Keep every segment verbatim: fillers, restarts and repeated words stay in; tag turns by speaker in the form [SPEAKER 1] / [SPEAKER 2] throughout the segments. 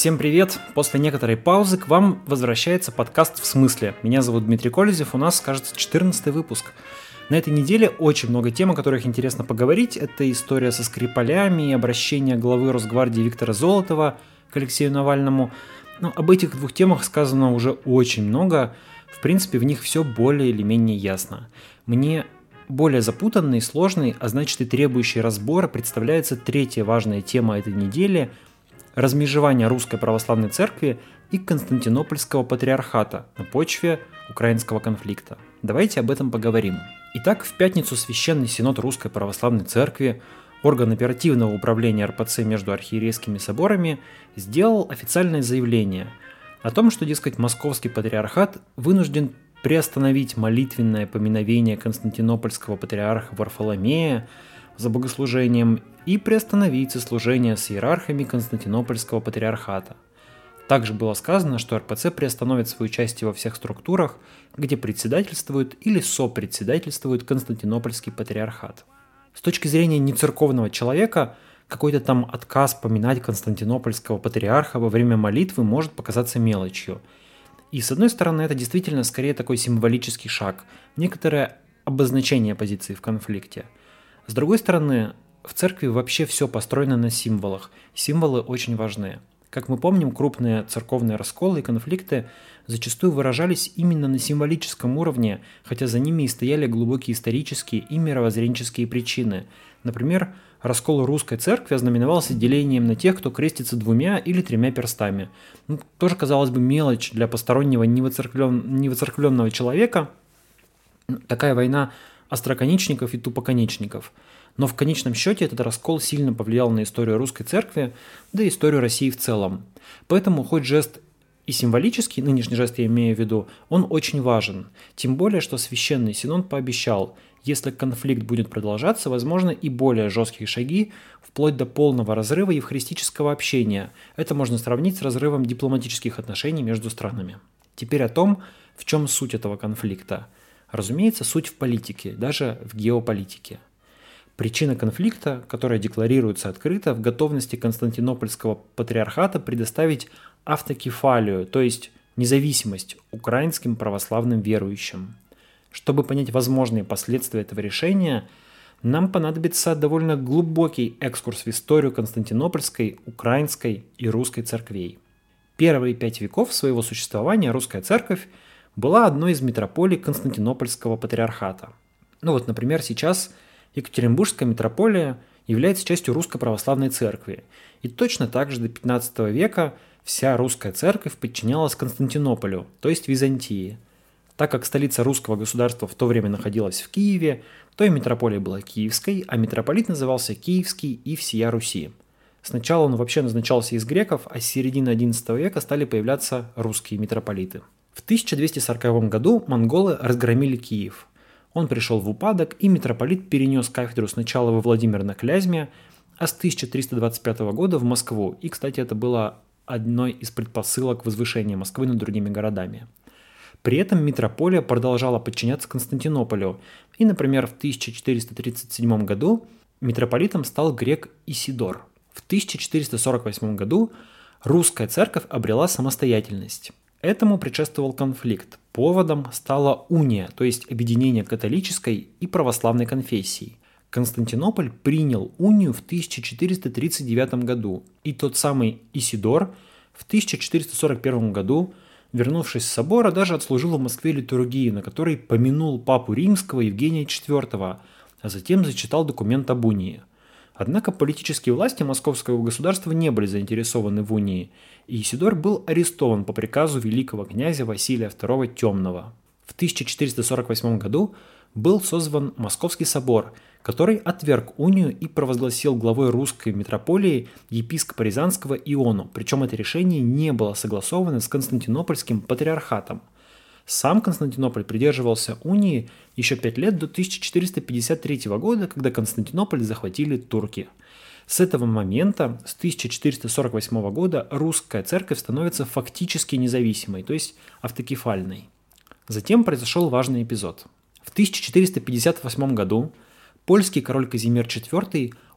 [SPEAKER 1] Всем привет! После некоторой паузы к вам возвращается подкаст «В смысле?». Меня зовут Дмитрий Колезев, у нас, кажется, четырнадцатый выпуск. На этой неделе очень много тем, о которых интересно поговорить. Это история со Скрипалями и обращение главы Росгвардии Виктора Золотова к Алексею Навальному. Но об этих двух темах сказано уже очень много. В принципе, в них все более или менее ясно. Мне более запутанной, сложной, а значит и требующей разбора представляется третья важная тема этой недели – размежевание Русской Православной Церкви и Константинопольского Патриархата на почве украинского конфликта. Давайте об этом поговорим. Итак, в пятницу Священный Синод Русской Православной Церкви, орган оперативного управления эр пэ цэ между архиерейскими соборами, сделал официальное заявление о том, что, дескать, Московский Патриархат вынужден приостановить молитвенное поминовение Константинопольского Патриарха Варфоломея за богослужением и приостановить сослужение с иерархами Константинопольского Патриархата. Также было сказано, что эр пэ цэ приостановит свое участие во всех структурах, где председательствует или сопредседательствует Константинопольский Патриархат. С точки зрения нецерковного человека, какой-то там отказ поминать Константинопольского Патриарха во время молитвы может показаться мелочью. И с одной стороны, это действительно скорее такой символический шаг, некоторое обозначение позиции в конфликте. С другой стороны, в церкви вообще все построено на символах. Символы очень важны. Как мы помним, крупные церковные расколы и конфликты зачастую выражались именно на символическом уровне, хотя за ними и стояли глубокие исторические и мировоззренческие причины. Например, раскол русской церкви ознаменовался делением на тех, кто крестится двумя или тремя перстами. Ну, тоже, казалось бы, мелочь для постороннего невоцерквлен... невоцерквленного человека. Такая война остроконечников и тупоконечников. Но в конечном счете этот раскол сильно повлиял на историю русской церкви, да и историю России в целом. Поэтому хоть жест и символический, нынешний жест я имею в виду, он очень важен. Тем более, что Священный Синод пообещал, если конфликт будет продолжаться, возможно и более жесткие шаги, вплоть до полного разрыва евхаристического общения. Это можно сравнить с разрывом дипломатических отношений между странами. Теперь о том, в чем суть этого конфликта. Разумеется, суть в политике, даже в геополитике. Причина конфликта, которая декларируется открыто, в готовности Константинопольского патриархата предоставить автокефалию, то есть независимость украинским православным верующим. Чтобы понять возможные последствия этого решения, нам понадобится довольно глубокий экскурс в историю Константинопольской, украинской и русской церквей. Первые пять веков своего существования русская церковь была одной из митрополий Константинопольского патриархата. Ну вот, например, сейчас Екатеринбургская митрополия является частью Русской Православной Церкви. И точно так же до пятнадцатого века вся русская церковь подчинялась Константинополю, то есть Византии. Так как столица русского государства в то время находилась в Киеве, то и митрополия была киевской, а митрополит назывался Киевский и всея Руси. Сначала он вообще назначался из греков, а с середины одиннадцатого века стали появляться русские митрополиты. В тысяча двести сороковом году монголы разгромили Киев. Он пришел в упадок, и митрополит перенес кафедру сначала во Владимир на Клязьме, а с тысяча триста двадцать пятого года в Москву. И, кстати, это было одной из предпосылок возвышения Москвы над другими городами. При этом митрополия продолжала подчиняться Константинополю. И, например, в тысяча четыреста тридцать седьмом году митрополитом стал грек Исидор. В тысяча четыреста сорок восьмом году русская церковь обрела самостоятельность. Этому предшествовал конфликт. Поводом стала уния, то есть объединение католической и православной конфессий. Константинополь принял унию в тысяча четыреста тридцать девятом году, и тот самый Исидор в тысяча четыреста сорок первом году, вернувшись с собора, даже отслужил в Москве литургию, на которой помянул папу римского Евгения четвёртого, а затем зачитал документ об унии. Однако политические власти московского государства не были заинтересованы в унии, и Исидор был арестован по приказу великого князя Василия второго Темного. В тысяча четыреста сорок восьмом году был созван Московский собор, который отверг унию и провозгласил главой русской митрополии епископа Рязанского Иону, причем это решение не было согласовано с Константинопольским патриархатом. Сам Константинополь придерживался унии еще пять лет до тысяча четыреста пятьдесят третьего года, когда Константинополь захватили турки. С этого момента, с тысяча четыреста сорок восьмого года, русская церковь становится фактически независимой, то есть автокефальной. Затем произошел важный эпизод. В тысяча четыреста пятьдесят восьмом году польский король Казимир четвёртый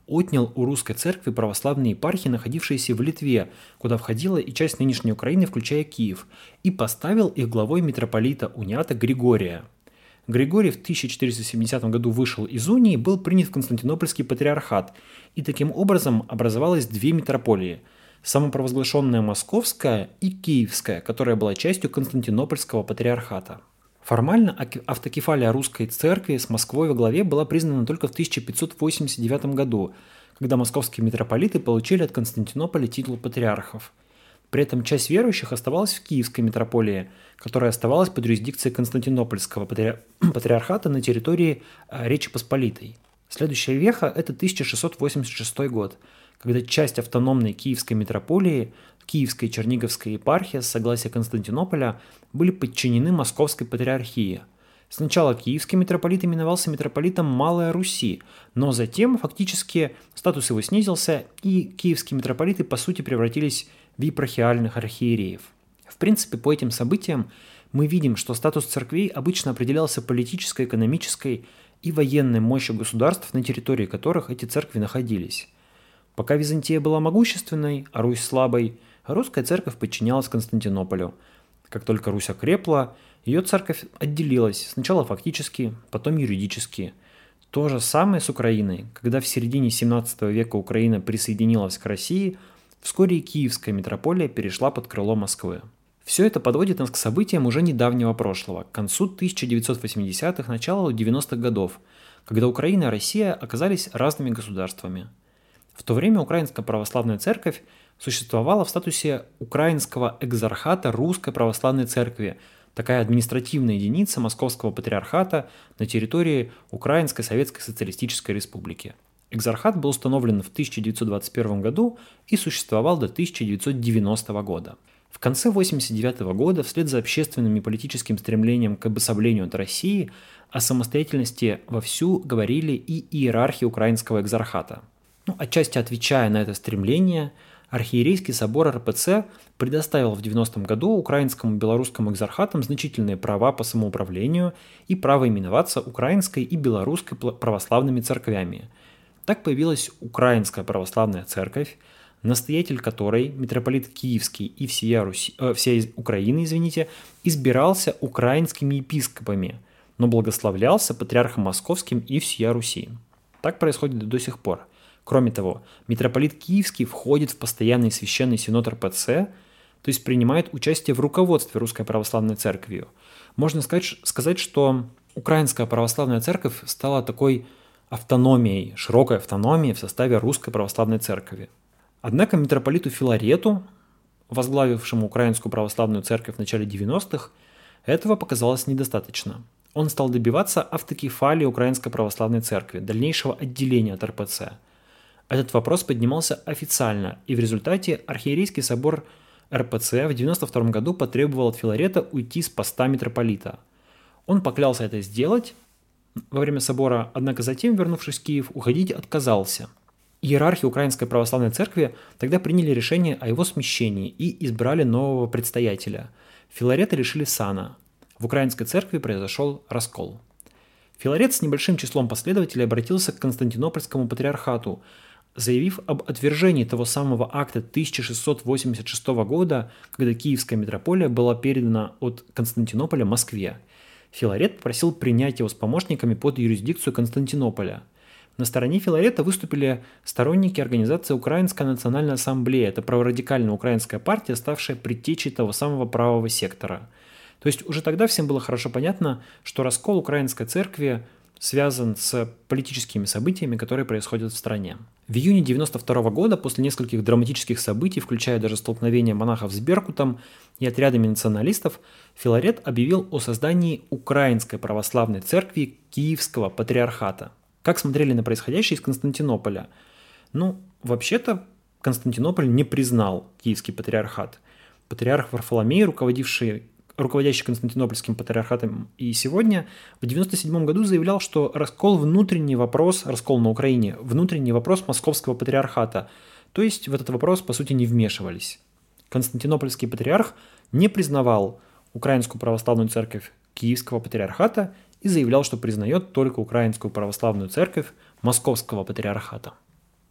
[SPEAKER 1] отнял у русской церкви православные епархии, находившиеся в Литве, куда входила и часть нынешней Украины, включая Киев, и поставил их главой митрополита униата Григория. Григорий в тысяча четыреста семидесятом году вышел из унии и был принят в Константинопольский патриархат, и таким образом образовалось две митрополии – самопровозглашенная Московская и Киевская, которая была частью Константинопольского патриархата. Формально автокефалия русской церкви с Москвой во главе была признана только в тысяча пятьсот восемьдесят девятом году, когда московские митрополиты получили от Константинополя титул патриархов. При этом часть верующих оставалась в Киевской митрополии, которая оставалась под юрисдикцией Константинопольского патри... патриархата на территории Речи Посполитой. Следующая веха – это тысяча шестьсот восемьдесят шестой год, когда часть автономной Киевской митрополии, Киевская и Черниговская епархия с согласия Константинополя были подчинены Московской патриархии. Сначала Киевский митрополит именовался митрополитом Малой Руси, но затем фактически статус его снизился, и киевские митрополиты по сути превратились в епархиальных архиереев. В принципе, по этим событиям мы видим, что статус церквей обычно определялся политической, экономической и военной мощью государств, на территории которых эти церкви находились. Пока Византия была могущественной, а Русь слабой, русская церковь подчинялась Константинополю. Как только Русь окрепла, ее церковь отделилась, сначала фактически, потом юридически. То же самое с Украиной. Когда в середине семнадцатого века Украина присоединилась к России, вскоре и Киевская митрополия перешла под крыло Москвы. Все это подводит нас к событиям уже недавнего прошлого, к концу тысяча девятьсот восьмидесятых, началу девяностых годов, когда Украина и Россия оказались разными государствами. В то время Украинская православная церковь существовала в статусе Украинского экзархата Русской православной церкви, такая административная единица Московского патриархата на территории Украинской Советской Социалистической Республики. Экзархат был установлен в тысяча девятьсот двадцать первом году и существовал до тысяча девятьсот девяностого года. В конце восемьдесят девятого года, вслед за общественным и политическим стремлением к обособлению от России, о самостоятельности вовсю говорили и иерархи Украинского экзархата. Ну, отчасти отвечая на это стремление, Архиерейский собор эр пэ цэ предоставил в девяностом году украинскому и белорусскому экзархатам значительные права по самоуправлению и право именоваться украинской и белорусской православными церквями. Так появилась Украинская православная церковь, настоятель которой, митрополит Киевский и всея, Руси, э, всей Украины, извините, избирался украинскими епископами, но благословлялся патриархом Московским и всея Руси. Так происходит до сих пор. Кроме того, митрополит Киевский входит в постоянный священный синод эр пэ цэ, то есть принимает участие в руководстве Русской Православной Церковью. Можно сказать, сказать, что Украинская Православная Церковь стала такой автономией, широкой автономией в составе Русской Православной Церкви. Однако митрополиту Филарету, возглавившему Украинскую Православную Церковь в начале девяностых, этого показалось недостаточно. Он стал добиваться автокефалии Украинской Православной Церкви, дальнейшего отделения от эр пэ цэ. Этот вопрос поднимался официально, и в результате Архиерейский собор эр пэ цэ в девяносто втором году потребовал от Филарета уйти с поста митрополита. Он поклялся это сделать во время собора, однако затем, вернувшись в Киев, уходить отказался. Иерархи Украинской Православной Церкви тогда приняли решение о его смещении и избрали нового предстоятеля. Филарета лишили сана. В Украинской Церкви произошел раскол. Филарет с небольшим числом последователей обратился к Константинопольскому патриархату, заявив об отвержении того самого акта тысяча шестьсот восемьдесят шестого года, когда Киевская митрополия была передана от Константинополя Москве. Филарет попросил принять его с помощниками под юрисдикцию Константинополя. На стороне Филарета выступили сторонники организации Украинская национальная ассамблея, это праворадикальная украинская партия, ставшая предтечей того самого правого сектора. То есть уже тогда всем было хорошо понятно, что раскол Украинской церкви связан с политическими событиями, которые происходят в стране. В июне девяносто второго года, после нескольких драматических событий, включая даже столкновение монахов с Беркутом и отрядами националистов, Филарет объявил о создании Украинской православной церкви Киевского патриархата. Как смотрели на происходящее из Константинополя? Ну, вообще-то Константинополь не признал Киевский патриархат. Патриарх Варфоломей, руководивший руководящий Константинопольским патриархатом и сегодня, в девяносто седьмом году заявлял, что раскол внутренний вопрос, раскол на Украине, внутренний вопрос Московского патриархата, то есть в этот вопрос по сути не вмешивались. Константинопольский патриарх не признавал Украинскую православную церковь Киевского патриархата и заявлял, что признает только Украинскую православную церковь Московского патриархата.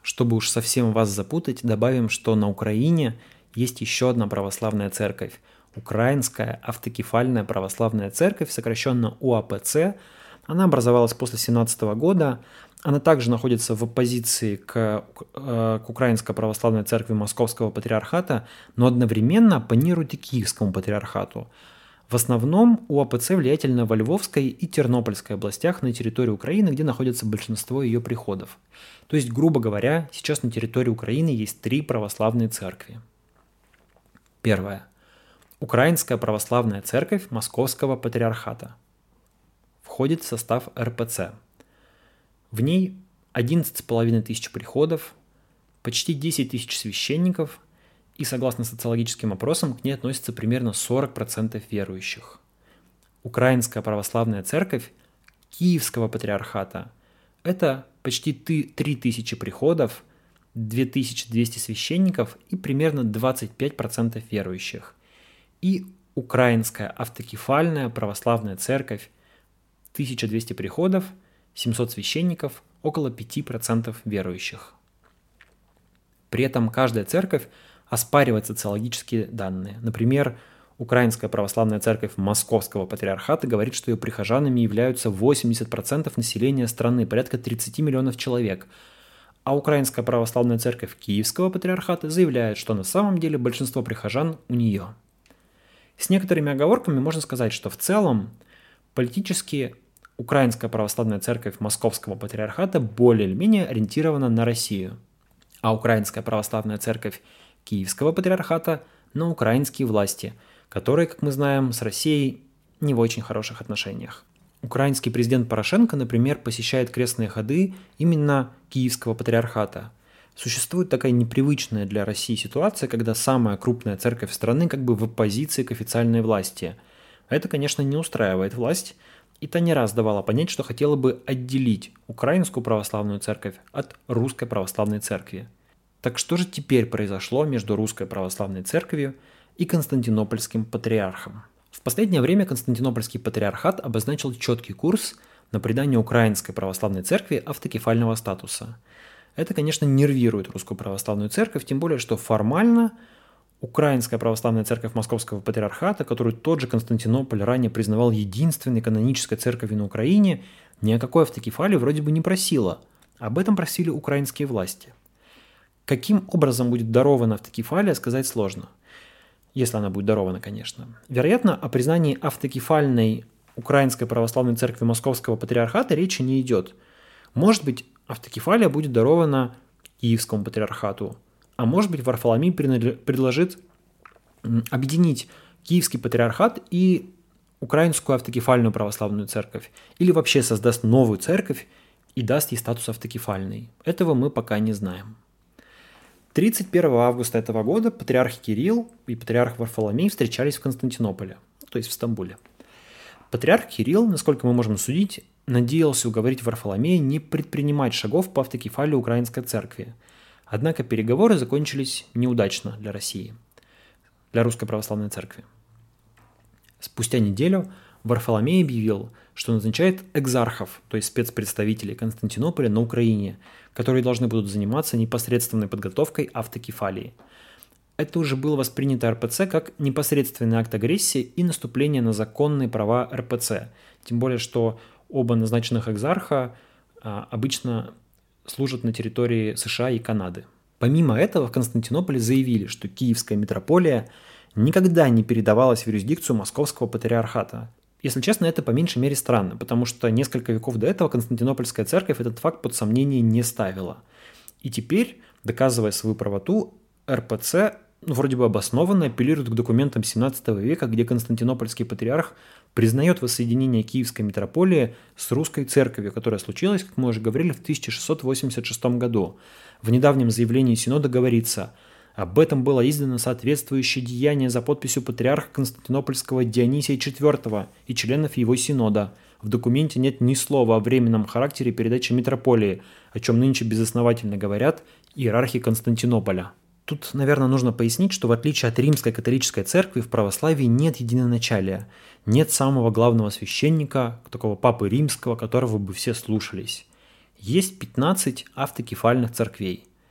[SPEAKER 1] Чтобы уж совсем вас запутать, добавим, что на Украине есть еще одна православная церковь. Украинская автокефальная православная церковь, сокращенно У А П Ц. Она образовалась после семнадцатого года. Она также находится в оппозиции к, к Украинской православной церкви Московского патриархата, но одновременно оппонирует и Киевскому патриархату. В основном У А П Ц влиятельна во Львовской и Тернопольской областях на территории Украины, где находится большинство ее приходов. То есть, грубо говоря, сейчас на территории Украины есть три православные церкви. Первое. Украинская православная церковь Московского патриархата. Входит в состав Р П Ц. В ней одиннадцать с половиной тысяч приходов, почти десять тысяч священников, и согласно социологическим опросам к ней относится примерно сорок процентов верующих. Украинская православная церковь Киевского патриархата – это почти три тысячи приходов, две тысячи двести священников и примерно двадцать пять процентов верующих. И Украинская автокефальная православная церковь – тысяча двести приходов, семьсот священников, около пять процентов верующих. При этом каждая церковь оспаривает социологические данные. Например, Украинская православная церковь Московского патриархата говорит, что ее прихожанами являются восемьдесят процентов населения страны, порядка тридцать миллионов человек. А Украинская православная церковь Киевского патриархата заявляет, что на самом деле большинство прихожан у нее. С некоторыми оговорками можно сказать, что в целом политически Украинская православная церковь Московского патриархата более или менее ориентирована на Россию, а Украинская православная церковь Киевского патриархата на украинские власти, которые, как мы знаем, с Россией не в очень хороших отношениях. Украинский президент Порошенко, например, посещает крестные ходы именно Киевского патриархата. Существует такая непривычная для России ситуация, когда самая крупная церковь страны как бы в оппозиции к официальной власти. Это, конечно, не устраивает власть, и та не раз давала понять, что хотела бы отделить Украинскую православную церковь от Русской православной церкви. Так что же теперь произошло между Русской православной церковью и Константинопольским патриархом? В последнее время Константинопольский патриархат обозначил четкий курс на придание Украинской православной церкви автокефального статуса. Это, конечно, нервирует Русскую православную церковь, тем более, что формально Украинская православная церковь Московского патриархата, которую тот же Константинополь ранее признавал единственной канонической церковью на Украине, ни о какой автокефалии вроде бы не просила. Об этом просили украинские власти. Каким образом будет дарована автокефалия, сказать сложно. Если она будет дарована, конечно. Вероятно, о признании автокефальной Украинской православной церкви Московского патриархата речи не идет. Может быть, автокефалия будет дарована Киевскому патриархату, а может быть, Варфоломей предложит объединить Киевский патриархат и Украинскую автокефальную православную церковь, или вообще создаст новую церковь и даст ей статус автокефальной. Этого мы пока не знаем. тридцать первого августа этого года патриарх Кирилл и патриарх Варфоломей встречались в Константинополе, то есть в Стамбуле. Патриарх Кирилл, насколько мы можем судить, надеялся уговорить Варфоломея не предпринимать шагов по автокефалии Украинской церкви. Однако переговоры закончились неудачно для России, для Русской православной церкви. Спустя неделю Варфоломей объявил, что назначает экзархов, то есть спецпредставителей Константинополя на Украине, которые должны будут заниматься непосредственной подготовкой автокефалии. Это уже было воспринято Р П Ц как непосредственный акт агрессии и наступление на законные права Р П Ц, тем более что оба назначенных экзарха а, обычно служат на территории США и Канады. Помимо этого в Константинополе заявили, что Киевская митрополия никогда не передавалась в юрисдикцию Московского патриархата. Если честно, это по меньшей мере странно, потому что несколько веков до этого Константинопольская церковь этот факт под сомнение не ставила. И теперь, доказывая свою правоту, Р П Ц ну, вроде бы обоснованно апеллирует к документам семнадцатого века, где Константинопольский патриарх признает воссоединение Киевской митрополии с русской церковью, которая случилась, как мы уже говорили, в тысяча шестьсот восемьдесят шестом году. В недавнем заявлении Синода говорится: об этом было издано соответствующее деяние за подписью патриарха Константинопольского Дионисия четвёртого и членов его Синода. В документе нет ни слова о временном характере передачи митрополии, о чем нынче безосновательно говорят иерархи Константинополя. Тут, наверное, нужно пояснить, что в отличие от римской католической церкви в православии нет единоначалия, нет самого главного священника, такого папы римского, которого бы все слушались. Есть пятнадцать автокефальных церквей.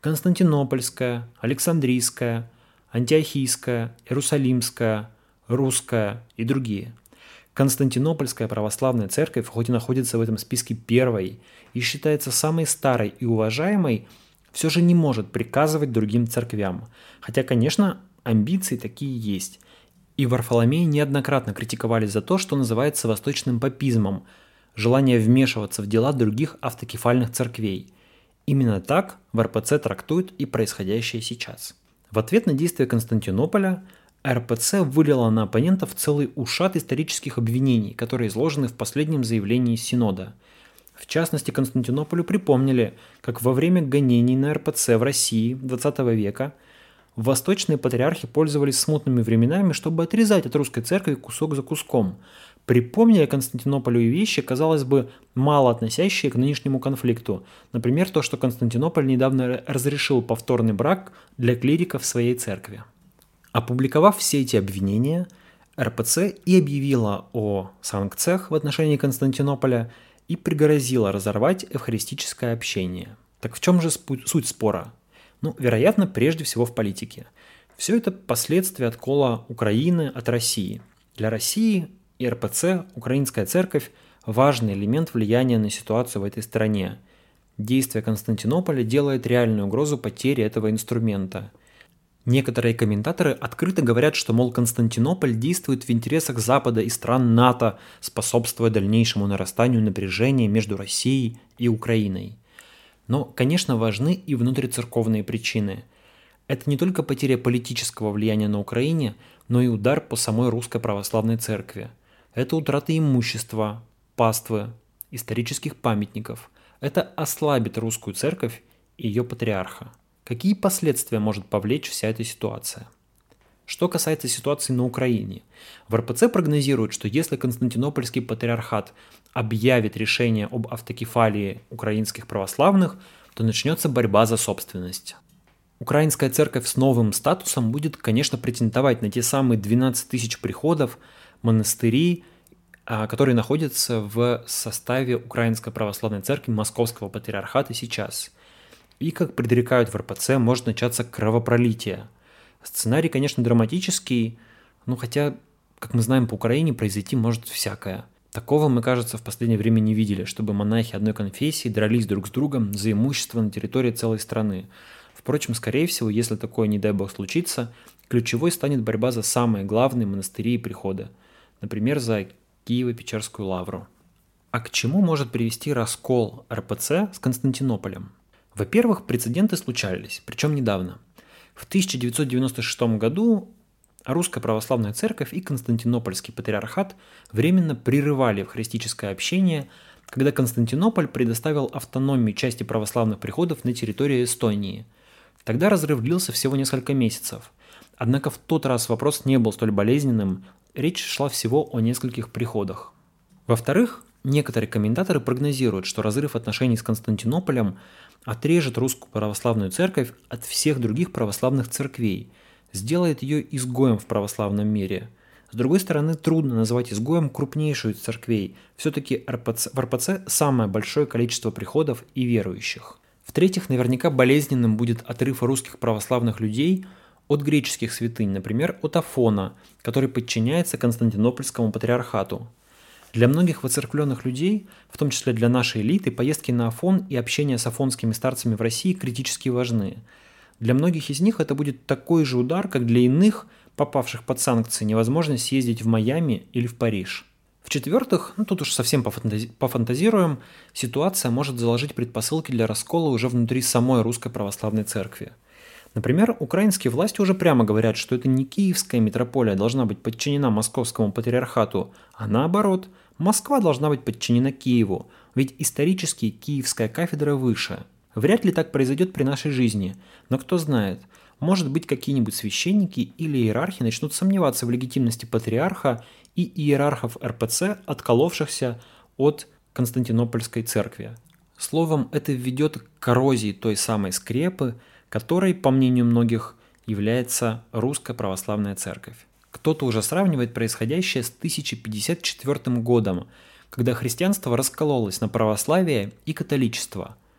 [SPEAKER 1] Константинопольская, Александрийская, Антиохийская, Иерусалимская, Русская и другие. Константинопольская православная церковь, хоть и находится в этом списке первой и считается самой старой и уважаемой, все же не может приказывать другим церквям. Хотя, конечно, амбиции такие есть. И Варфоломея неоднократно критиковали за то, что называется восточным папизмом – желание вмешиваться в дела других автокефальных церквей. Именно так в эр пэ цэ трактуют и происходящее сейчас. В ответ на действия Константинополя эр пэ цэ вылила на оппонентов целый ушат исторических обвинений, которые изложены в последнем заявлении Синода. В частности, Константинополю припомнили, как во время гонений на эр пэ цэ в России двадцатого века восточные патриархи пользовались смутными временами, чтобы отрезать от русской церкви кусок за куском. Припомнили Константинополю и вещи, казалось бы, мало относящие к нынешнему конфликту. Например, то, что Константинополь недавно разрешил повторный брак для клириков своей церкви. Опубликовав все эти обвинения, эр пэ цэ и объявила о санкциях в отношении Константинополя и пригрозила разорвать эвхаристическое общение. Так в чем же суть спора? Ну, вероятно, прежде всего в политике. Все это последствия откола Украины от России. Для России и эр пэ цэ, Украинская церковь, важный элемент влияния на ситуацию в этой стране. Действие Константинополя делает реальную угрозу потери этого инструмента. Некоторые комментаторы открыто говорят, что, мол, Константинополь действует в интересах Запада и стран НАТО, способствуя дальнейшему нарастанию напряжения между Россией и Украиной. Но, конечно, важны и внутрицерковные причины. Это не только потеря политического влияния на Украине, но и удар по самой Русской Православной Церкви. Это утрата имущества, паствы, исторических памятников. Это ослабит Русскую Церковь и ее патриарха. Какие последствия может повлечь вся эта ситуация? Что касается ситуации на Украине, в эр пэ цэ прогнозируют, что если Константинопольский патриархат объявит решение об автокефалии украинских православных, то начнется борьба за собственность. Украинская церковь с новым статусом будет, конечно, претендовать на те самые двенадцать тысяч приходов, монастыри, которые находятся в составе Украинской православной церкви Московского патриархата сейчас. И, как предрекают в эр пэ цэ, может начаться кровопролитие. Сценарий, конечно, драматический, но хотя, как мы знаем, по Украине произойти может всякое. Такого мы, кажется, в последнее время не видели, чтобы монахи одной конфессии дрались друг с другом за имущество на территории целой страны. Впрочем, скорее всего, если такое, не дай бог, случится, ключевой станет борьба за самые главные монастыри и приходы, например, за Киево-Печерскую лавру. А к чему может привести раскол эр пэ цэ с Константинополем? Во-первых, прецеденты случались, причем недавно. В тысяча девятьсот девяносто шестом году Русская Православная Церковь и Константинопольский патриархат временно прерывали эвхаристическое общение, когда Константинополь предоставил автономию части православных приходов на территории Эстонии. Тогда разрыв длился всего несколько месяцев. Однако в тот раз вопрос не был столь болезненным, речь шла всего о нескольких приходах. Во-вторых, некоторые комментаторы прогнозируют, что разрыв отношений с Константинополем отрежет Русскую Православную Церковь от всех других православных церквей, сделает ее изгоем в православном мире. С другой стороны, трудно назвать изгоем крупнейшую из церквей, все-таки в эр пэ цэ самое большое количество приходов и верующих. В-третьих, наверняка болезненным будет отрыв русских православных людей от греческих святынь, например, от Афона, который подчиняется Константинопольскому патриархату. Для многих воцерквленных людей, в том числе для нашей элиты, поездки на Афон и общение с афонскими старцами в России критически важны. Для многих из них это будет такой же удар, как для иных, попавших под санкции, невозможность съездить в Майами или в Париж. В-четвертых, ну тут уж совсем пофантази- пофантазируем, ситуация может заложить предпосылки для раскола уже внутри самой Русской Православной Церкви. Например, украинские власти уже прямо говорят, что это не киевская митрополия должна быть подчинена Московскому патриархату, а наоборот, Москва должна быть подчинена Киеву, ведь исторически Киевская кафедра выше. Вряд ли так произойдет при нашей жизни, но кто знает, может быть, какие-нибудь священники или иерархи начнут сомневаться в легитимности патриарха и иерархов эр пэ цэ, отколовшихся от Константинопольской церкви. Словом, это ведет к коррозии той самой скрепы, которой, по мнению многих, является Русская Православная Церковь. Кто-то уже сравнивает происходящее с тысяча пятьдесят четвёртым годом, когда христианство раскололось на православие и католичество.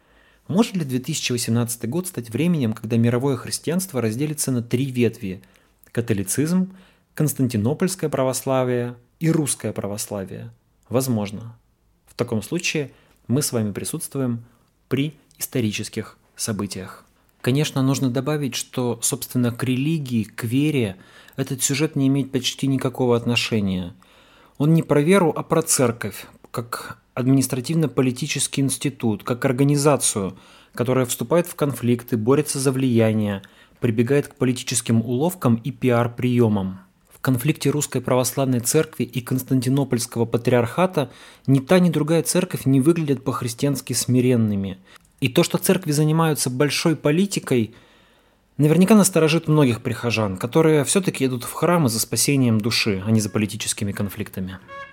[SPEAKER 1] Может ли две тысячи восемнадцатый год стать временем, когда мировое христианство разделится на три ветви – католицизм, константинопольское православие и русское православие? Возможно. В таком случае мы с вами присутствуем при исторических событиях. Конечно, нужно добавить, что, собственно, к религии, к вере этот сюжет не имеет почти никакого отношения. Он не про веру, а про церковь, как административно-политический институт, как организацию, которая вступает в конфликты, борется за влияние, прибегает к политическим уловкам и пиар-приемам. В конфликте Русской Православной Церкви и Константинопольского Патриархата ни та, ни другая церковь не выглядят по-христиански смиренными. И то, что церкви занимаются большой политикой, наверняка насторожит многих прихожан, которые все-таки идут в храмы за спасением души, а не за политическими конфликтами.